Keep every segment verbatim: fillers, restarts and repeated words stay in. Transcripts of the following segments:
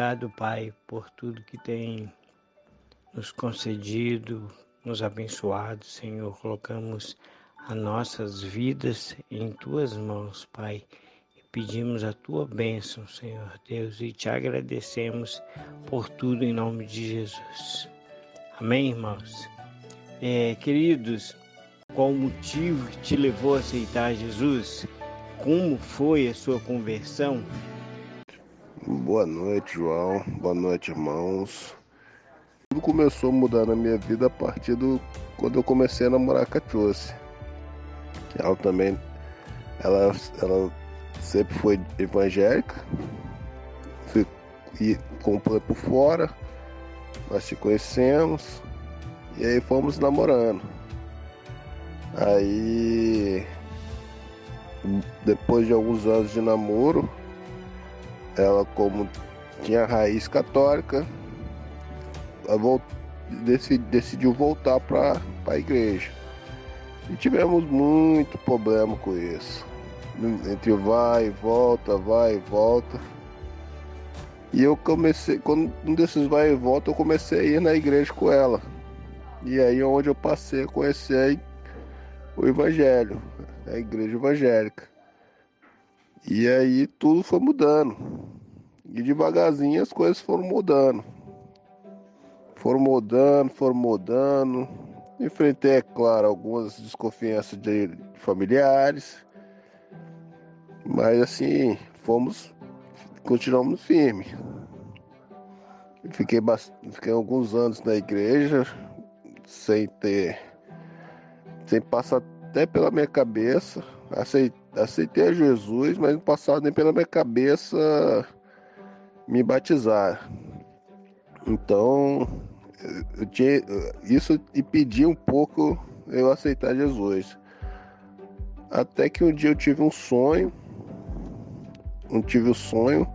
obrigado, Pai, por tudo que tem nos concedido, nos abençoado, Senhor. Colocamos as nossas vidas em Tuas mãos, Pai. E pedimos a Tua bênção, Senhor Deus, e Te agradecemos por tudo em nome de Jesus. Amém, irmãos? É, queridos, qual o motivo que te levou a aceitar Jesus? Como foi a sua conversão? Boa noite, João. Boa noite, irmãos. Tudo começou a mudar na minha vida a partir do quando eu comecei a namorar com a Tchossi. Ela também, ela, ela sempre foi evangélica, fui, e comprei por fora, nós se conhecemos e aí fomos namorando. Aí, depois de alguns anos de namoro, ela, como tinha raiz católica, ela volt, decidi, decidiu voltar para a igreja. E tivemos muito problema com isso. Entre vai e volta, vai e volta. E eu comecei, quando um desses vai e volta, eu comecei a ir na igreja com ela. E aí é onde eu passei a conhecer o evangelho, a igreja evangélica. E aí tudo foi mudando. E devagarzinho as coisas foram mudando. Foram mudando, foram mudando. Enfrentei, é claro, algumas desconfianças de familiares. Mas assim, fomos, continuamos firmes. Fiquei, fiquei alguns anos na igreja, sem ter, sem passar até pela minha cabeça. Aceitei, aceitei a Jesus, mas não passava nem pela minha cabeça me batizar. Então, eu tinha, isso impedia um pouco eu aceitar Jesus. Até que um dia eu tive um sonho, eu tive um sonho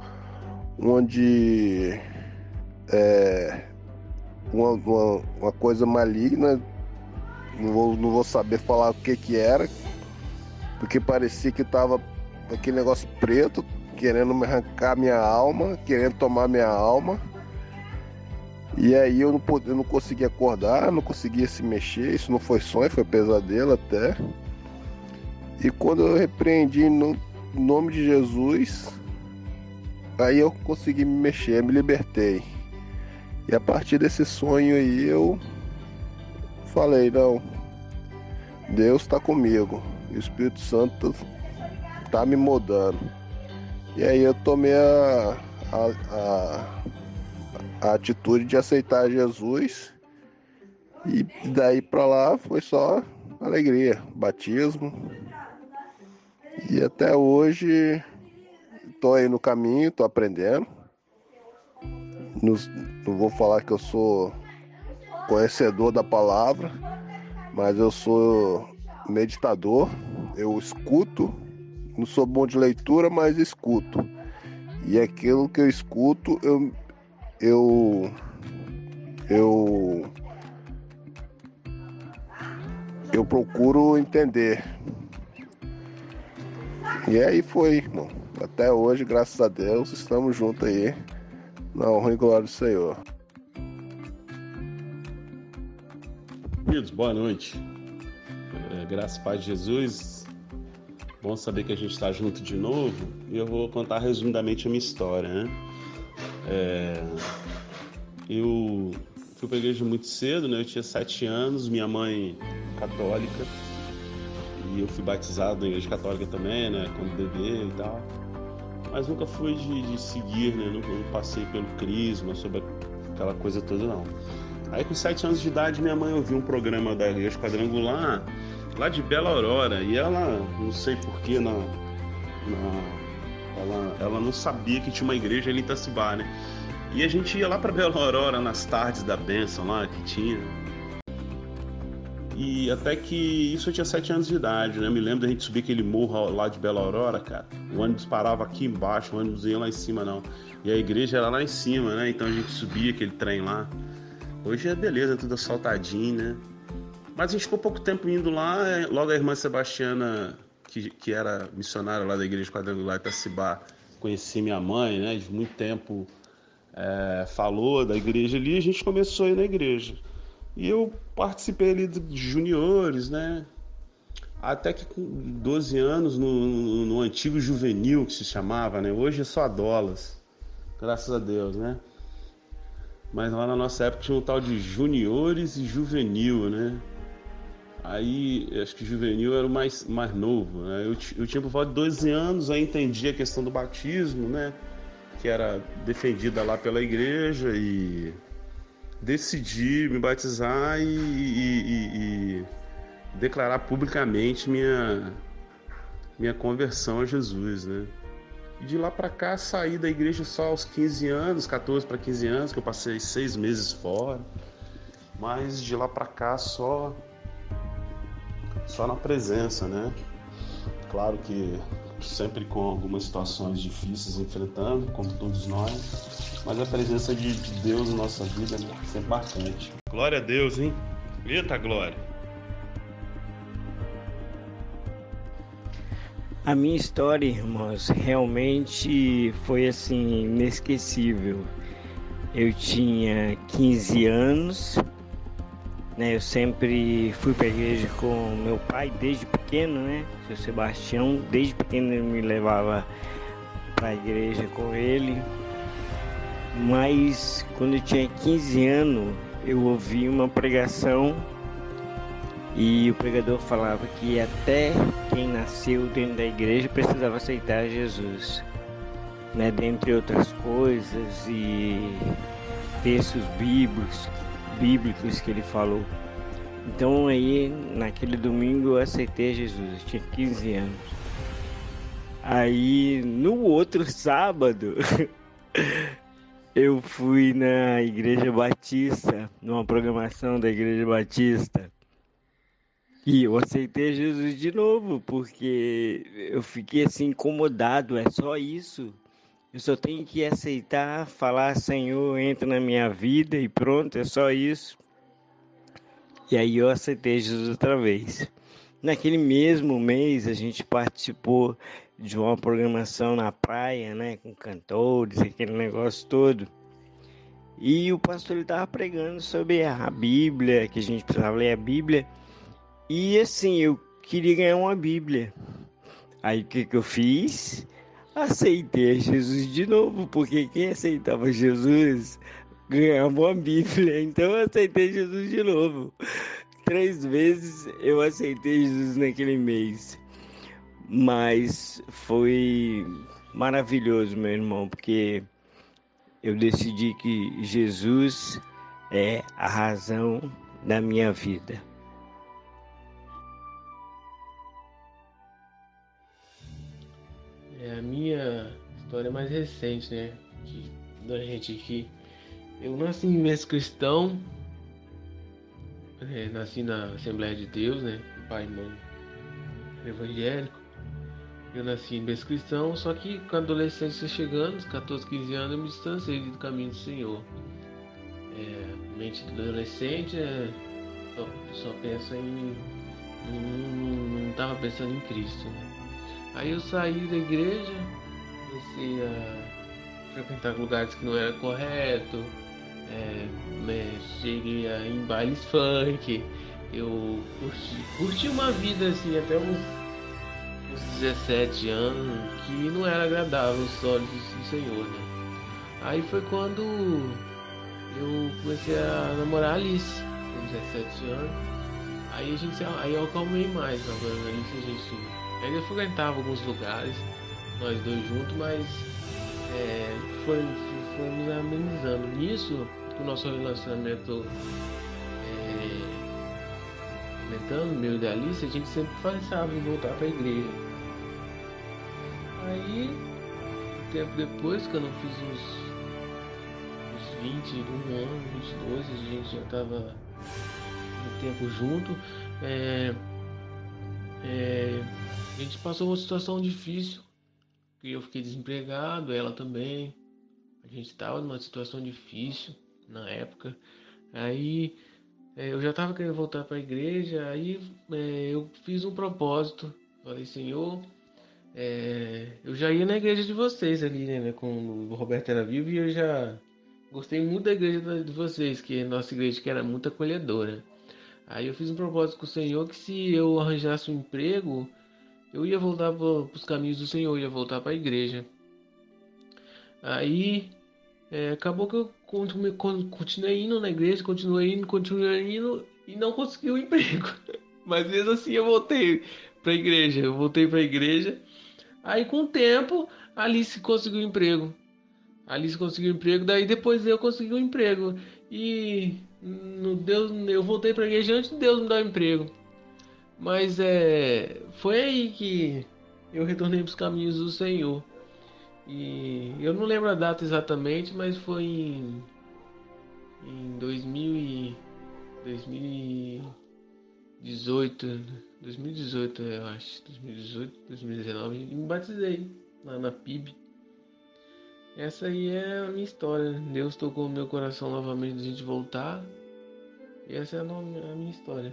onde é, uma, uma, uma coisa maligna, não vou, não vou saber falar o que que era, porque parecia que tava aquele negócio preto, querendo me arrancar minha alma, querendo tomar minha alma. E aí eu não, eu não conseguia acordar, não conseguia se mexer. Isso não foi sonho, foi pesadelo até. E quando eu repreendi no nome de Jesus, aí eu consegui me mexer, me libertei. E a partir desse sonho aí eu falei, não, Deus está comigo, e o Espírito Santo está me mudando. E aí eu tomei a, a, a, a atitude de aceitar Jesus, e daí para lá foi só alegria, batismo. E até hoje estou aí no caminho, estou aprendendo. Nos, não vou falar que eu sou conhecedor da palavra, mas eu sou meditador, eu escuto, não sou bom de leitura, mas escuto. E aquilo que eu escuto, eu eu eu eu procuro entender. E aí foi, irmão. Até hoje, graças a Deus, estamos juntos aí, na honra e glória do Senhor. Queridos, boa noite. É, graças a Pai de Jesus. Bom saber que a gente está junto de novo. E eu vou contar resumidamente a minha história, né? É, eu fui para a igreja muito cedo, né? Eu tinha sete anos, minha mãe católica. E eu fui batizado na igreja católica também, né? Quando bebê e tal. Mas nunca fui de, de seguir, né? Nunca passei pelo crisma, sobre aquela coisa toda, não. Aí com sete anos de idade minha mãe ouviu um programa da Igreja Quadrangular lá de Bela Aurora, e ela, não sei porquê, na, na, ela, ela não sabia que tinha uma igreja ali em Itacibá, né? E a gente ia lá para Bela Aurora nas tardes da bênção lá que tinha. E até que isso eu tinha sete anos de idade, né? Eu me lembro da gente subir aquele morro lá de Bela Aurora, cara. O ônibus parava aqui embaixo, o ônibus ia lá em cima não. E a igreja era lá em cima, né? Então a gente subia aquele trem lá. Hoje é beleza, tudo assaltadinho, né? Mas a gente ficou pouco tempo indo lá, logo a irmã Sebastiana, que, que era missionária lá da Igreja Quadrangular Itacibá, conheci minha mãe, né? De muito tempo é, falou da igreja ali, a gente começou a ir na igreja. E eu participei ali de juniores, né? Até que com doze anos, no, no, no antigo juvenil que se chamava, né? Hoje é só Adolas, graças a Deus, né? Mas lá na nossa época tinha um tal de juniores e juvenil, né? Aí, acho que juvenil era o mais, mais novo, né? Eu, eu tinha por volta de doze anos, aí entendi a questão do batismo, né? Que era defendida lá pela igreja e decidi me batizar e, e, e, e declarar publicamente minha, minha conversão a Jesus, né? E de lá pra cá saí da igreja só aos quinze anos, catorze para quinze anos, que eu passei seis meses fora. Mas de lá pra cá só só na presença, né? Claro que sempre com algumas situações difíceis enfrentando, como todos nós, mas a presença de Deus na nossa vida é, né, sempre marcante. Glória a Deus, hein? Eita glória! A minha história, irmãos, realmente foi assim, inesquecível. Eu tinha quinze anos, né? Eu sempre fui para a igreja com meu pai desde pequeno, né? Seu Sebastião, desde pequeno ele me levava para a igreja com ele. Mas quando eu tinha quinze anos, eu ouvi uma pregação e o pregador falava que até quem nasceu dentro da igreja precisava aceitar Jesus, né? Dentre outras coisas e textos bíblicos, bíblicos que ele falou. Então aí, naquele domingo eu aceitei Jesus, eu tinha quinze anos. Aí no outro sábado eu fui na Igreja Batista, numa programação da Igreja Batista. E eu aceitei Jesus de novo, porque eu fiquei assim incomodado, é só isso. Eu só tenho que aceitar, falar, Senhor, entra na minha vida e pronto, é só isso. E aí eu aceitei Jesus outra vez. Naquele mesmo mês a gente participou de uma programação na praia, né, com cantores, aquele negócio todo. E o pastor ele estava pregando sobre a Bíblia, que a gente precisava ler a Bíblia. E assim, eu queria ganhar uma Bíblia. Aí o que, que eu fiz? Aceitei Jesus de novo, porque quem aceitava Jesus ganhava uma Bíblia. Então eu aceitei Jesus de novo. Três vezes eu aceitei Jesus naquele mês. Mas foi maravilhoso, meu irmão, porque eu decidi que Jesus é a razão da minha vida. É a minha história mais recente, né? Que, da gente aqui. Eu nasci em berço cristão, é, nasci na Assembleia de Deus, né? Pai e mãe evangélico. Eu nasci em berço cristão, só que com a adolescência chegando, uns catorze, quinze anos, eu me distanciei do caminho do Senhor. É, mente do adolescente é, só, só pensa em. Não estava pensando em Cristo, né? Aí eu saí da igreja, comecei a frequentar lugares que não era correto, é, né, cheguei a, em bailes funk, eu curti, curti uma vida assim até uns, uns dezessete anos que não era agradável aos olhos do Senhor, né? Aí foi quando eu comecei a namorar a Alice, com dezessete anos. Aí a gente, aí eu acalmei mais, agora a Alice a gente ainda frequentava alguns lugares, nós dois juntos, mas é, foi, fomos amenizando. Nisso, que o nosso relacionamento é, aumentando, meu e da Alice, a gente sempre pensava em voltar para a igreja. Aí, um tempo depois, que eu não fiz uns, uns vinte e um anos, vinte e dois, a gente já estava um tempo junto. É, é, a gente passou uma situação difícil, que eu fiquei desempregado, ela também. A gente estava numa situação difícil na época. Aí é, eu já estava querendo voltar para a igreja. Aí é, eu fiz um propósito. Falei, Senhor, é, eu já ia na igreja de vocês ali, né? Com o Roberto era vivo e eu já gostei muito da igreja de vocês, que é a nossa igreja que era muito acolhedora. Aí eu fiz um propósito com o Senhor que se eu arranjasse um emprego, eu ia voltar para os caminhos do Senhor, eu ia voltar para a igreja. Aí é, acabou que eu continuei, continuei indo na igreja, continuei indo, continuei indo e não consegui um emprego. Mas mesmo assim eu voltei para a igreja, eu voltei para a igreja. Aí com o tempo, a Alice conseguiu um emprego. A Alice conseguiu um emprego, daí depois eu consegui um emprego. E no Deus, eu voltei para a igreja antes de Deus me dar um emprego. Mas é, foi aí que eu retornei para os caminhos do Senhor. E eu não lembro a data exatamente, mas foi em, em dois mil e dezoito, dois mil e dezoito, eu acho, dois mil e dezoito, dois mil e dezenove, e me batizei lá na P I B. Essa aí é a minha história. Deus tocou no meu coração novamente de a gente voltar. E essa é a minha história.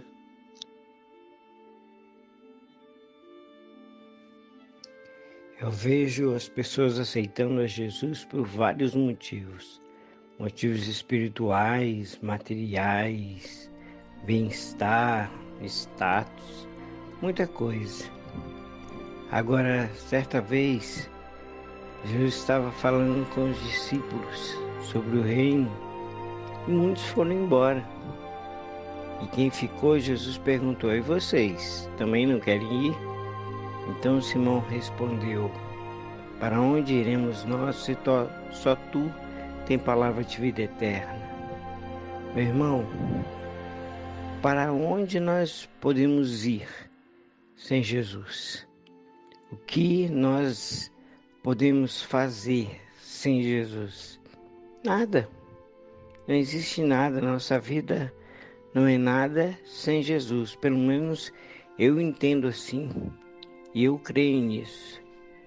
Eu vejo as pessoas aceitando a Jesus por vários motivos. Motivos espirituais, materiais, bem-estar, status, muita coisa. Agora, certa vez, Jesus estava falando com os discípulos sobre o reino e muitos foram embora. E quem ficou, Jesus perguntou: e vocês, também não querem ir? Então Simão respondeu: para onde iremos nós se to, só tu tem palavra de vida eterna? Meu irmão, para onde nós podemos ir sem Jesus? O que nós podemos fazer sem Jesus? Nada. Não existe nada. Nossa vida não é nada sem Jesus. Pelo menos eu entendo assim e eu creio nisso.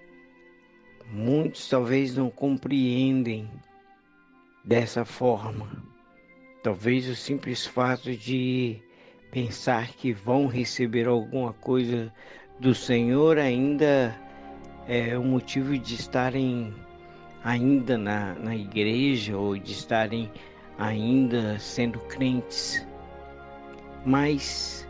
Muitos talvez não compreendem dessa forma. Talvez o simples fato de pensar que vão receber alguma coisa do Senhor ainda é o motivo de estarem ainda na, na igreja ou de estarem ainda sendo crentes. Mas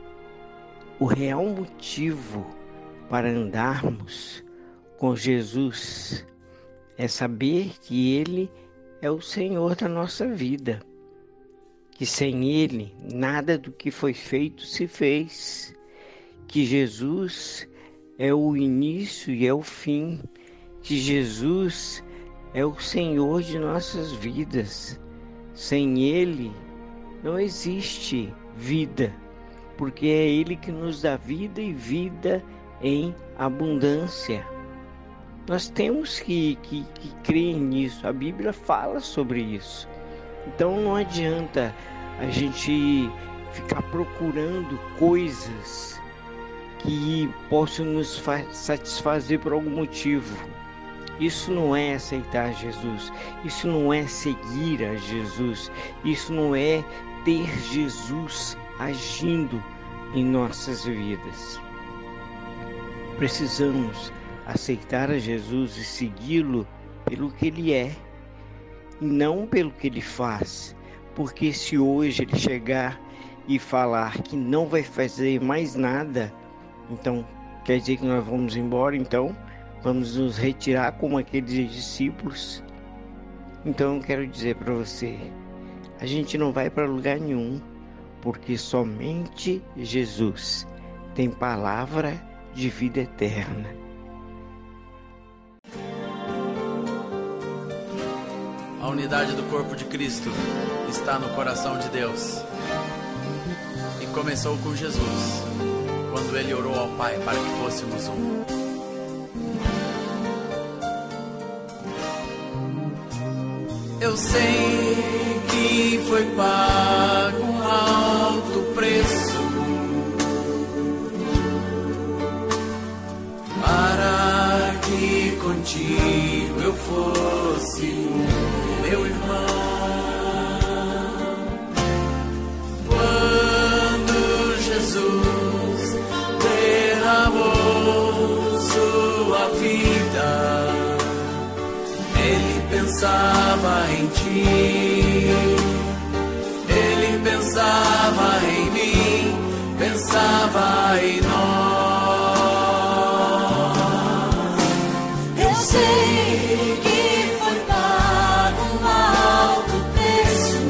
o real motivo para andarmos com Jesus é saber que Ele é o Senhor da nossa vida, que sem Ele nada do que foi feito se fez, que Jesus é o início e é o fim, que Jesus é o Senhor de nossas vidas. Sem Ele não existe vida, porque é Ele que nos dá vida e vida em abundância. Nós temos que, que, que crer nisso, a Bíblia fala sobre isso. Então não adianta a gente ficar procurando coisas que possam nos satisfazer por algum motivo. Isso não é aceitar Jesus, isso não é seguir a Jesus, isso não é ter Jesus agindo em nossas vidas. Precisamos aceitar a Jesus e segui-lo pelo que Ele é, e não pelo que Ele faz, porque se hoje Ele chegar e falar que não vai fazer mais nada, então quer dizer que nós vamos embora, então vamos nos retirar como aqueles discípulos. Então eu quero dizer para você, a gente não vai para lugar nenhum, porque somente Jesus tem palavra de vida eterna. A unidade do corpo de Cristo está no coração de Deus. E começou com Jesus, quando Ele orou ao Pai para que fôssemos um. Eu sei que foi pago um alto preço para que contigo eu fosse um, meu irmão. Quando Jesus derramou sua vida, Ele pensava pensava em ti, Ele pensava em mim, pensava em nós. Eu sei que foi pago um alto preço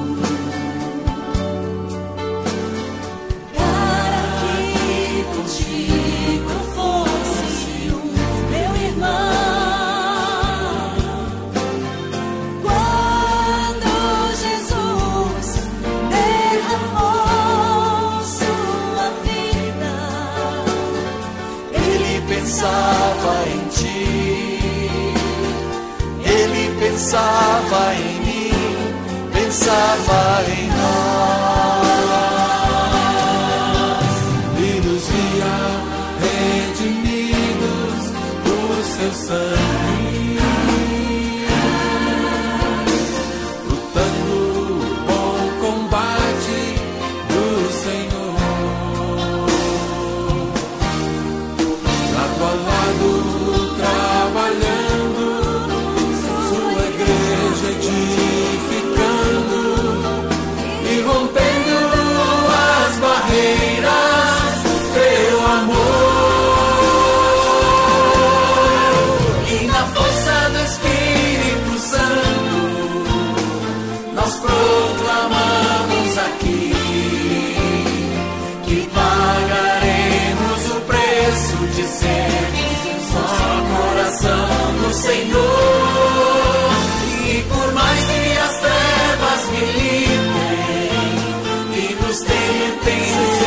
para que contigo eu fosse um meu irmão. Quando Jesus derramou sua vida, Ele pensava em ti, Ele pensava em mim, pensava em nós. E nos via redimidos por seu sangue, lutando o bom combate do Senhor. Lado a lado, trabalhando, sua igreja edificando e rompendo as barreiras pelo amor. E na força do Espírito Santo, nós proclamamos aqui que pagaremos o preço de sermos só coração do Senhor. E por mais que as trevas militem e nos tentem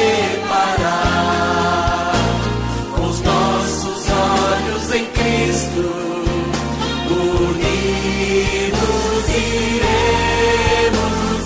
separar, com os nossos olhos em Cristo, unidos iremos nos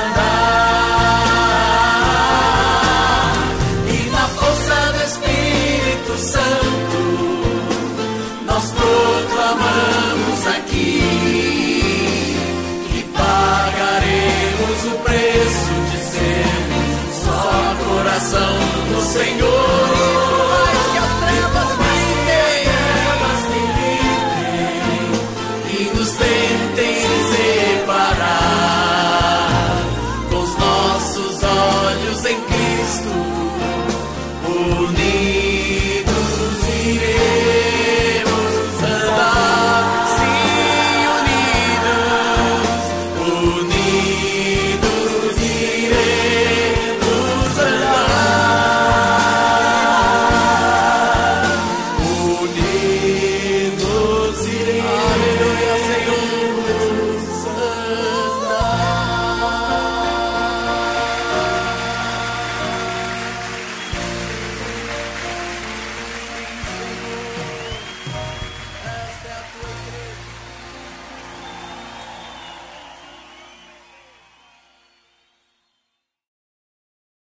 andar. E na força do Espírito Santo, nós proclamamos aqui que pagaremos o preço de sermos só coração do Senhor. Mais que as trevas militem e nos tentem separar, com os nossos olhos em Cristo,